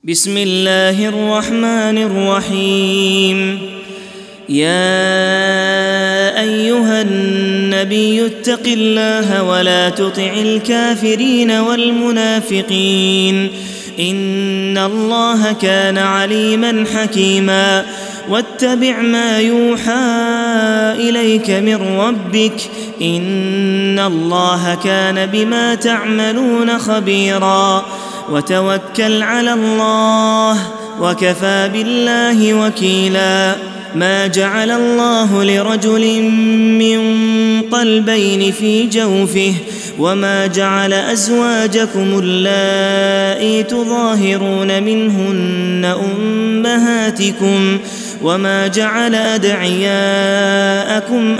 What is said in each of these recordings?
بسم الله الرحمن الرحيم. يا أيها النبي اتق الله ولا تطع الكافرين والمنافقين إن الله كان عليما حكيما. واتبع ما يوحى إليك من ربك إن الله كان بما تعملون خبيرا. وتوكل على الله وكفى بالله وكيلا. ما جعل الله لرجل من قلبين في جوفه وما جعل أزواجكم اللائي تظاهرون منهن أمهاتكم وما جعل أدعياءكم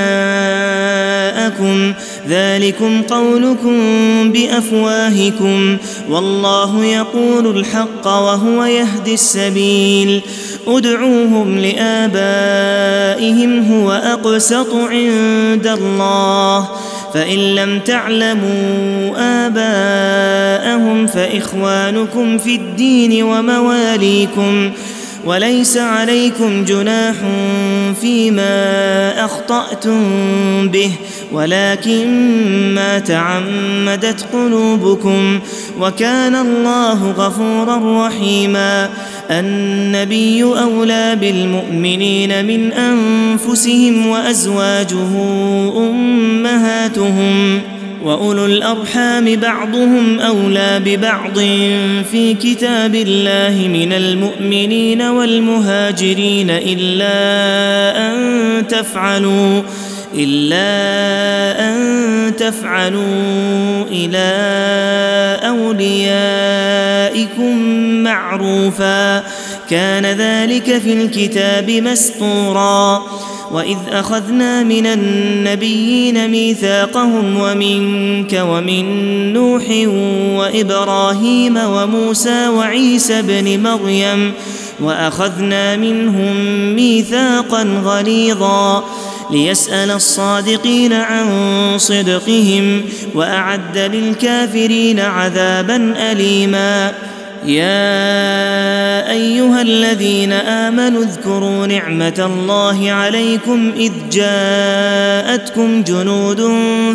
أبناءكم ذلكم قولكم بأفواهكم والله يقول الحق وهو يهدي السبيل. ادعوهم لآبائهم هو أقسط عند الله فإن لم تعلموا آباءهم فإخوانكم في الدين ومواليكم وليس عليكم جناح فيما أخطأتم به ولكن ما تعمدت قلوبكم وكان الله غفورا رحيما. النبي أولى بالمؤمنين من أنفسهم وأزواجه أمهاتهم وأولو الأرحام بعضهم أولى ببعض في كتاب الله من المؤمنين والمهاجرين إلا أن تفعلوا إلى أوليائكم معروفا كان ذلك في الكتاب مسطورا. وإذ أخذنا من النبيين ميثاقهم ومنك ومن نوح وإبراهيم وموسى وعيسى بن مريم وأخذنا منهم ميثاقا غليظا ليسأل الصادقين عن صدقهم وأعد للكافرين عذابا أليما. يا أيها الذين آمنوا اذكروا نعمة الله عليكم إذ جاءتكم جنود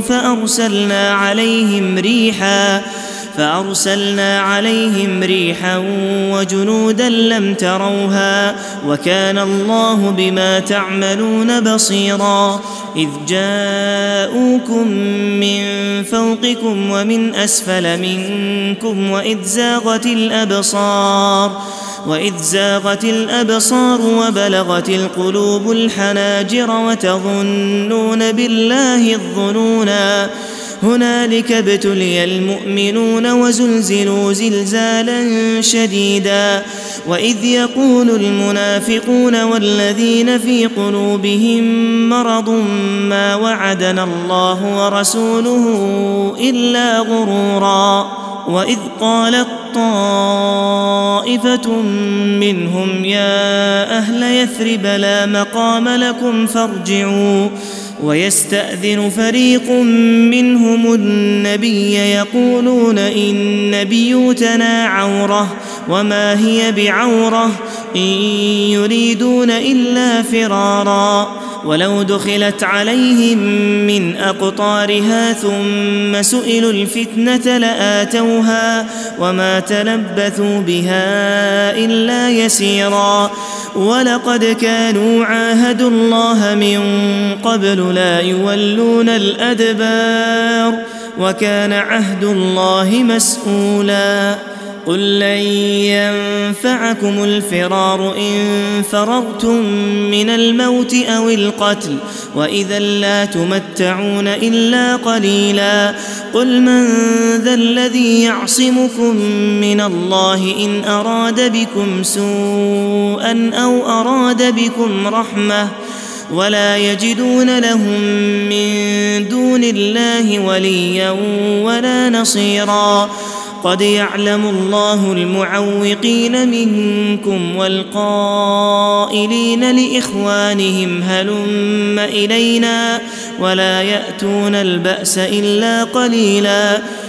فأرسلنا عليهم ريحا وجنودا لم تروها وكان الله بما تعملون بصيرا. إذ جاءوكم من فوقكم ومن أسفل منكم وإذ زاغت الأبصار وبلغت القلوب الحناجر وتظنون بالله الظنونا. هنالك ابتلي المؤمنون وزلزلوا زلزالا شديدا. وإذ يقول المنافقون والذين في قلوبهم مرض ما وعدنا الله ورسوله إلا غرورا. وإذ قالت طائفة منهم يا أهل يثرب لا مقام لكم فارجعوا ويستأذن فريق منهم النبي يقولون إن بيوتنا عورة وما هي بعورة إن يريدون إلا فرارا. ولو دخلت عليهم من أقطارها ثم سئلوا الفتنة لآتوها وما تلبثوا بها إلا يسيرا. ولقد كانوا عاهدوا الله من قبل لا يولون الأدبار وكان عهد الله مسؤولا. قل لن ينفعكم الفرار إن فررتم من الموت أو القتل وإذا لا تمتعون إلا قليلا. قل من ذا الذي يعصمكم من الله إن أراد بكم سوءا أو أراد بكم رحمة ولا يجدون لهم من دون الله وليا ولا نصيرا. قد يعلم الله المعوقين منكم والقائلين لإخوانهم هلم إلينا ولا يأتون البأس إلا قليلا.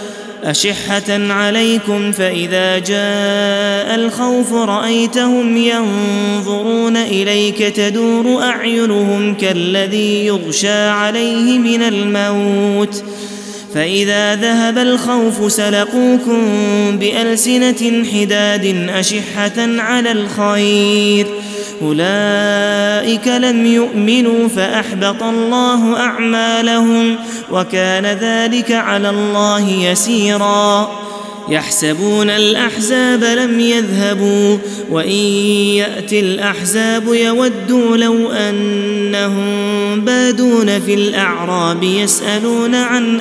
أشحة عليكم فإذا جاء الخوف رأيتهم ينظرون إليك تدور أعينهم كالذي يغشى عليه من الموت فإذا ذهب الخوف سلقوكم بألسنة حداد أشحة على الخير أولئك لم يؤمنوا فأحبط الله أعمالهم وكان ذلك على الله يسيرا يحسبون الأحزاب لم يذهبوا وإن يأتي الأحزاب يودوا لو أنهم بادون في الأعراب يسألون عن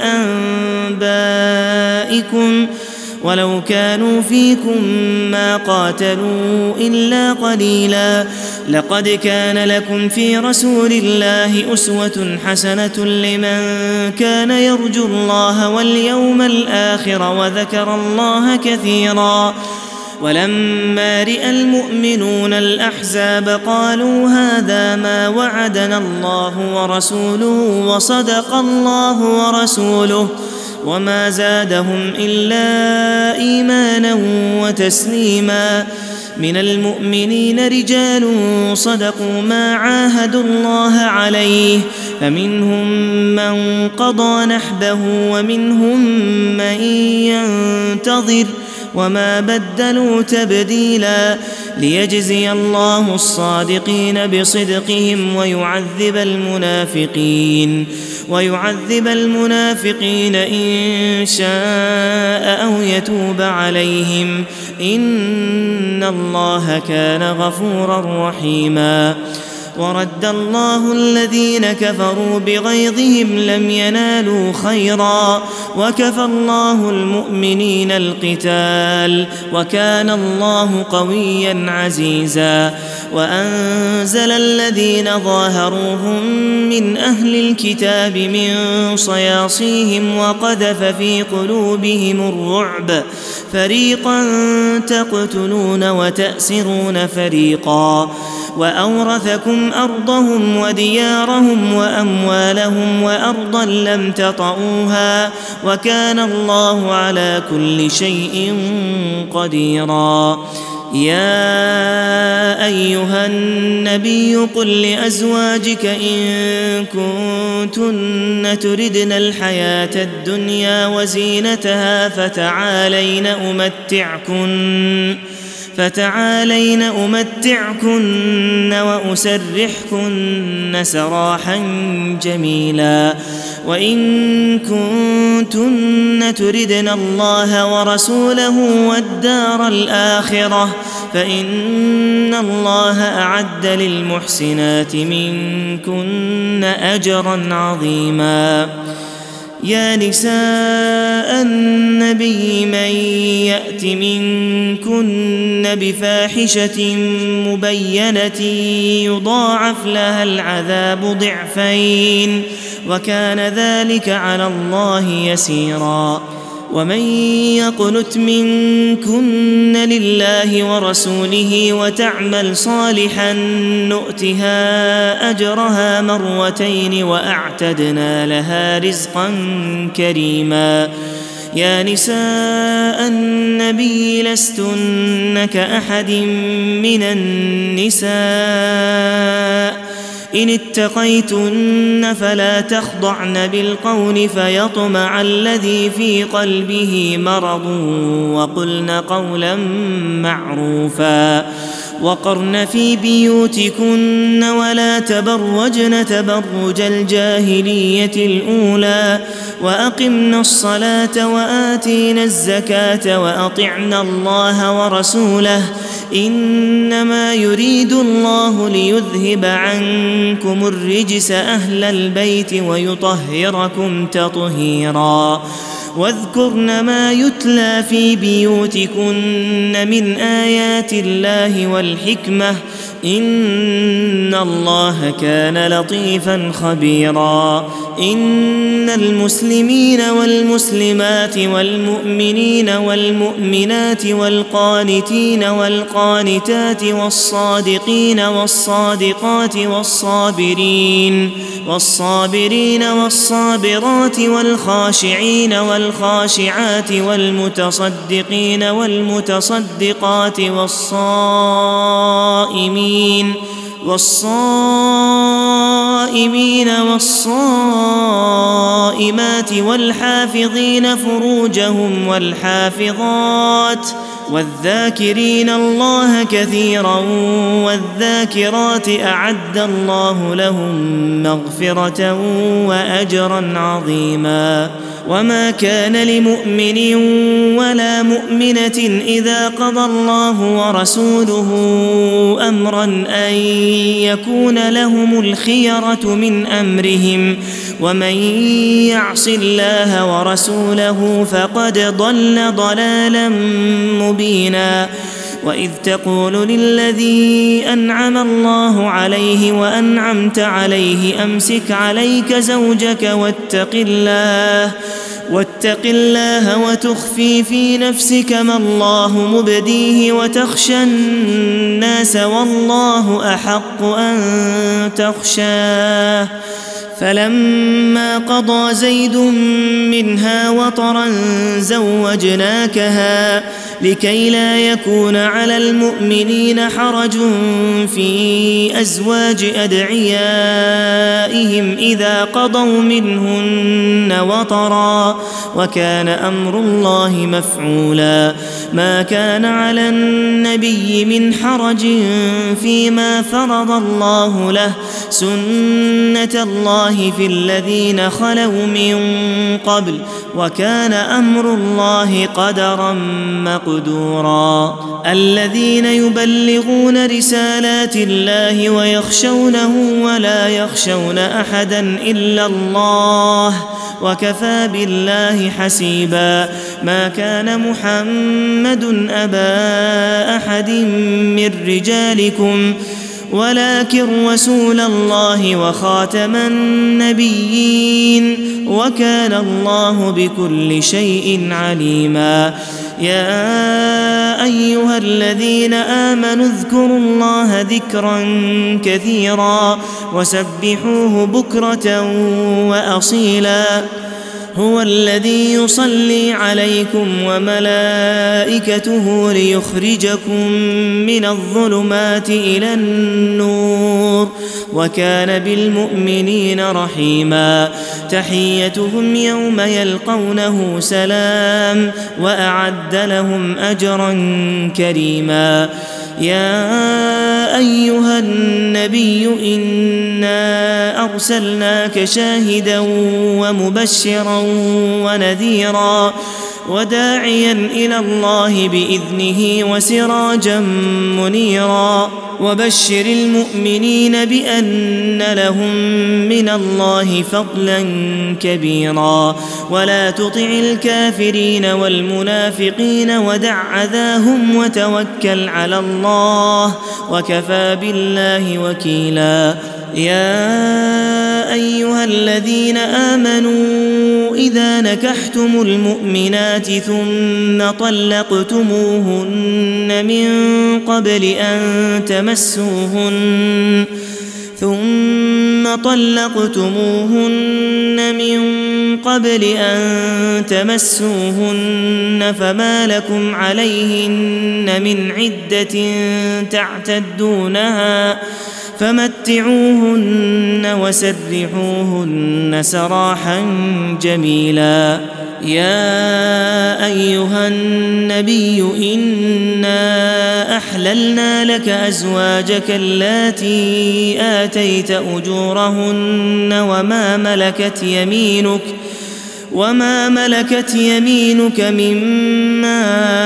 أنبائكم ولو كانوا فيكم ما قاتلوا إلا قليلا لقد كان لكم في رسول الله أسوة حسنة لمن كان يرجو الله واليوم الآخر وذكر الله كثيرا ولما رأى المؤمنون الأحزاب قالوا هذا ما وعدنا الله ورسوله وصدق الله ورسوله وما زادهم إلا إيمانا وتسليما من المؤمنين رجال صدقوا ما عاهدوا الله عليه فمنهم من قضى نحبه ومنهم من ينتظر وما بدلوا تبديلا ليجزي الله الصادقين بصدقهم ويعذب المنافقين إن شاء أو يتوب عليهم إن الله كان غفورا رحيما ورد الله الذين كفروا بغيظهم لم ينالوا خيرا وكفى الله المؤمنين القتال وكان الله قويا عزيزا وأنزل الذين ظاهروهم من أهل الكتاب من صياصيهم وقذف في قلوبهم الرعب فريقا تقتلون وتأسرون فريقا وأورثكم أرضهم وديارهم وأموالهم وأرضا لم تطئوها وكان الله على كل شيء قديرا يا أيها النبي قل لأزواجك إن كنتن تردن الحياة الدنيا وزينتها فتعالين أمتعكن وأسرحكن سراحا جميلا وإن كنتن تردن الله ورسوله والدار الآخرة فإن الله أعد للمحسنات منكن أجرا عظيما يا نساء النبي من يأت منكن بفاحشة مبينة يضاعف لها العذاب ضعفين وكان ذلك على الله يسيرا ومن يقنت منكن لله ورسوله وتعمل صالحا نؤتها أجرها مرتين وأعتدنا لها رزقا كريما يا نساء النبي لستن كأحد من النساء إن اتقيتن فلا تخضعن بالقول فيطمع الذي في قلبه مرض وقلن قولا معروفا وقرن في بيوتكن ولا تبرجن تبرج الجاهلية الأولى وأقمنا الصلاة وآتينا الزكاة وأطعنا الله ورسوله إنما يريد الله ليذهب عنكم الرجس أهل البيت ويطهركم تطهيرا واذكرن ما يتلى في بيوتكن من آيات الله والحكمة إن الله كان لطيفا خبيرا إن المسلمين والمسلمات والمؤمنين والمؤمنات والقانتين والقانتات والصادقين والصادقات والصابرين والصابرات والخاشعين والخاشعات والمتصدقين والمتصدقات والصائمين والصائمات والحافظين فروجهم والحافظات والذاكرين الله كثيرا والذاكرات أعد الله لهم مغفرة وأجرا عظيما وما كان لمؤمن ولا مؤمنة إذا قضى الله ورسوله أمرا أن يكون لهم الخيرة من أمرهم ومن يعص الله ورسوله فقد ضل ضلالا مبينا وإذ تقول للذي أنعم الله عليه وأنعمت عليه أمسك عليك زوجك واتق الله وتخفي في نفسك ما الله مبديه وتخشى الناس والله أحق أن تخشاه فلما قضى زيد منها وطرا زوجناكها لكي لا يكون على المؤمنين حرج في أزواج أدعيائهم إذا قضوا منهن وطرا وكان أمر الله مفعولا ما كان على النبي من حرج فيما فرض الله له سنة الله في الذين خلوا من قبل وكان أمر الله قدرا مقدورا الذين يبلغون رسالات الله ويخشونه ولا يخشون أحدا إلا الله وكفى بالله حسيبا ما كان محمد أبا أحد من رجالكم ولكن رسول الله وخاتم النبيين وكان الله بكل شيء عليما يا أيها الذين آمنوا اذكروا الله ذكرا كثيرا وسبحوه بكرة وأصيلا هو الذي يصلي عليكم وملائكته ليخرجكم من الظلمات إلى النور وكان بالمؤمنين رحيما تحيتهم يوم يلقونه سلام وأعد لهم أجرا كريما يا أيها النبي إنا أرسلناك شاهدا ومبشرا ونذيرا وداعيا إلى الله بإذنه وسراجا منيرا وبشر المؤمنين بأن لهم من الله فضلا كبيرا ولا تطع الكافرين والمنافقين ودع أذاهم وتوكل على الله وكفى بالله وكيلا يا أيها الذين آمنوا إذا نكحتم المؤمنات ثم طلقتموهن من قبل أن تمسوهن فما لكم عليهن من عدة تعتدونها فمتعوهن وسرحوهن سراحا جميلا يا أيها النبي إنا أحللنا لك أزواجك اللاتي آتيت أجورهن وما ملكت يمينك مما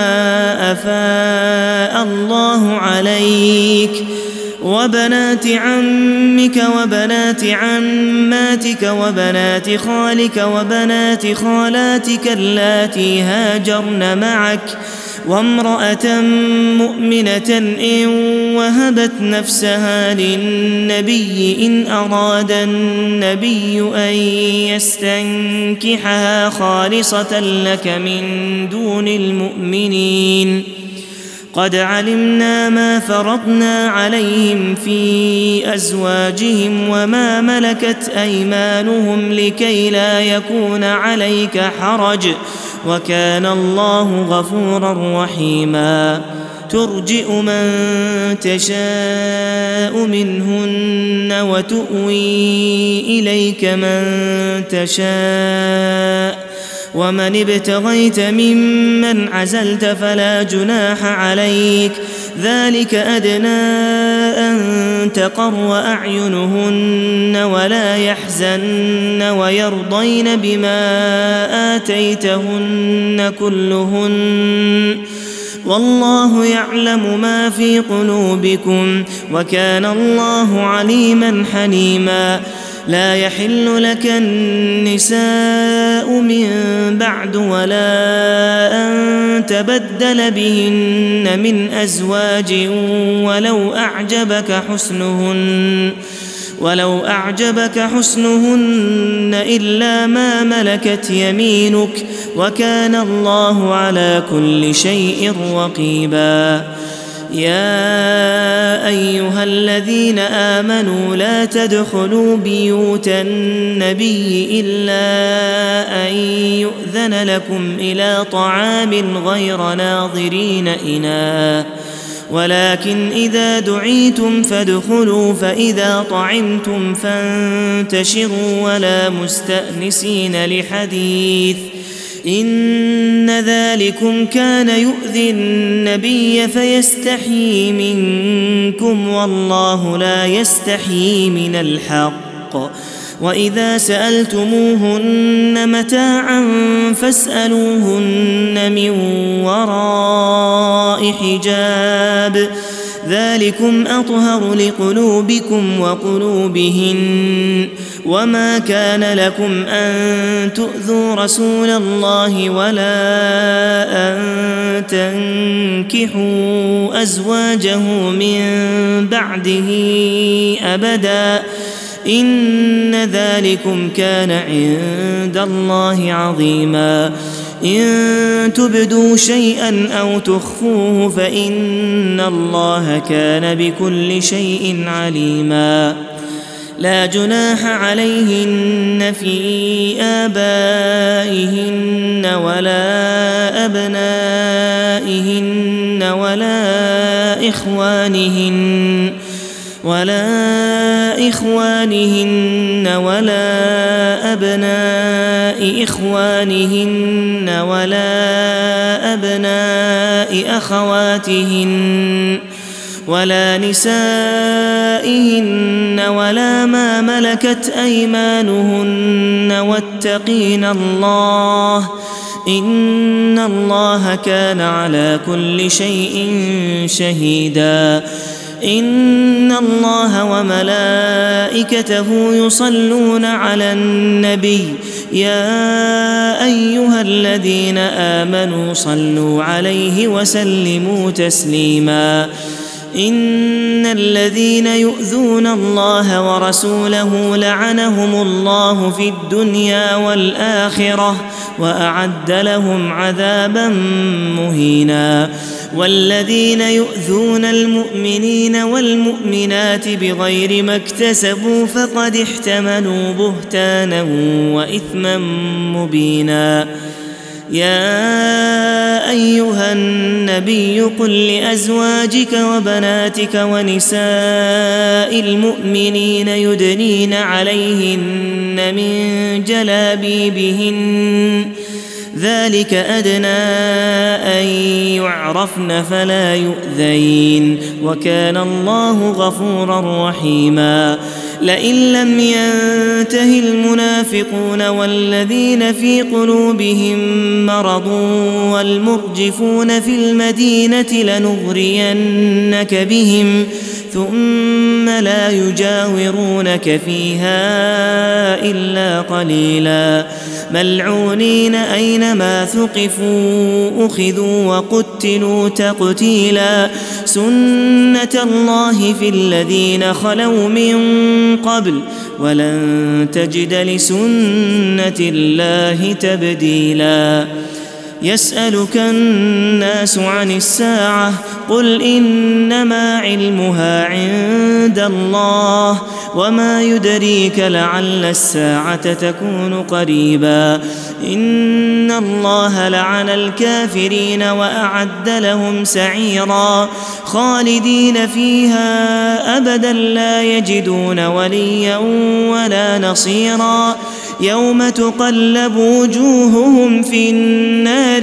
أفاء الله عليك وبنات عمك وبنات عماتك وبنات خالك وبنات خالاتك اللاتي هاجرن معك وامرأة مؤمنة إن وهبت نفسها للنبي إن أراد النبي أن يستنكحها خالصة لك من دون المؤمنين قد علمنا ما فرضنا عليهم في أزواجهم وما ملكت أيمانهم لكي لا يكون عليك حرج وكان الله غفورا رحيما ترجئ من تشاء منهن وتؤوي إليك من تشاء ومن ابتغيت ممن عزلت فلا جناح عليك ذلك أدنى أن تقر أعينهن ولا يحزن ويرضين بما آتيتهن كلهن والله يعلم ما في قلوبكم وكان الله عليما حليما لا يحل لك النساء من بعد ولا أن تبدل بهن من أزواج ولو أعجبك حسنهن إلا ما ملكت يمينك وكان الله على كل شيء رقيبا يا أيها الذين آمنوا لا تدخلوا بيوت النبي إلا أن يؤذن لكم إلى طعام غير ناظرين إناه ولكن إذا دعيتم فادخلوا فإذا طعمتم فانتشروا ولا مستأنسين لحديث إن ذلكم كان يؤذي النبي فيستحيي منكم والله لا يستحيي من الحق وإذا سألتموهن متاعا فاسألوهن من وراء حجاب ذلكم أطهر لقلوبكم وقلوبهن وما كان لكم أن تؤذوا رسول الله ولا أن تنكحوا أزواجه من بعده أبدا إن ذلكم كان عند الله عظيما إن تبدوا شيئا أو تخفوه فإن الله كان بكل شيء عليما لا جناح عليهن في آبائهن ولا أبنائهن ولا إخوانهن ولا أبناء إخوانهن ولا أبناء أخواتهن ولا نسائهن ولا ما ملكت أيمانهن واتقين الله إن الله كان على كل شيء شهيدا إن الله وملائكته يصلون على النبي يا أيها الذين آمنوا صلوا عليه وسلموا تسليما إن الذين يؤذون الله ورسوله لعنهم الله في الدنيا والآخرة وأعد لهم عذابا مهينا والذين يؤذون المؤمنين والمؤمنات بغير ما اكتسبوا فقد احتملوا بهتانا وإثما مبينا يا أيها النبي قل لأزواجك وبناتك ونساء المؤمنين يدنين عليهن من جلابيبهن ذلك أدنى أن يعرفن فلا يؤذين وكان الله غفورا رحيما لئن لم ينته المنافقون والذين في قلوبهم مرض والمرجفون في المدينة لنغرينك بهم ثم لا يجاورونك فيها إلا قليلا ملعونين أينما ثقفوا أخذوا وقتلوا تقتيلا سنة الله في الذين خلوا من قبل ولن تجد لسنة الله تبديلا يسألك الناس عن الساعة قل إنما علمها عند الله وما يدريك لعل الساعة تكون قريبا إن الله لعن الكافرين وأعد لهم سعيرا خالدين فيها أبدا لا يجدون وليا ولا نصيرا يوم تقلب وجوههم في النار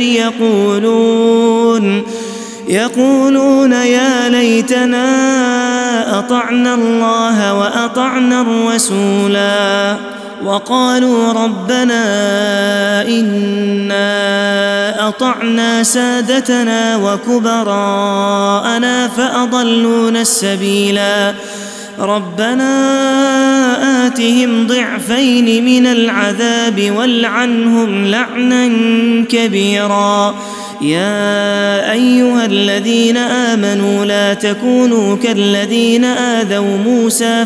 يقولون يا ليتنا أطعنا الله وأطعنا الرسولا وقالوا ربنا إنا أطعنا سادتنا وكبراءنا فأضلونا السبيلا ربنا آتهم ضعفين من العذاب والعنهم لعنا كبيرا يا أيها الذين آمنوا لا تكونوا كالذين آذوا موسى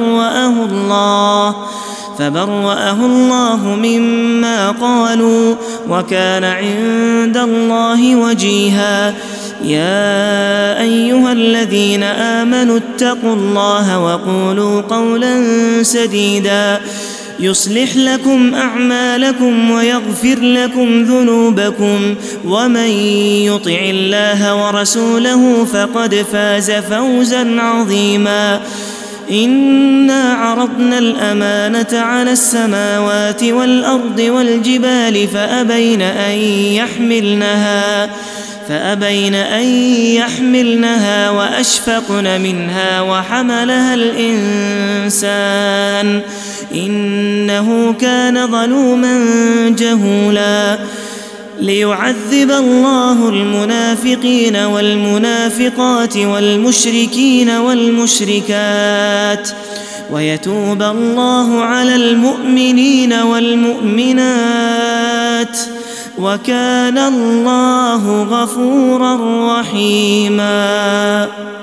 فبرأه الله مما قالوا وكان عند الله وجيها يا أيها الذين آمنوا اتقوا الله وقولوا قولا سديدا يصلح لكم أعمالكم ويغفر لكم ذنوبكم ومن يطع الله ورسوله فقد فاز فوزا عظيما إنا عرضنا الأمانة على السماوات والأرض والجبال فأبين أن يحملنها وأشفقن منها وحملها الإنسان إنه كان ظلوما جهولا ليعذب الله المنافقين والمنافقات والمشركين والمشركات ويتوب الله على المؤمنين والمؤمنات وكان الله غفورا رحيما.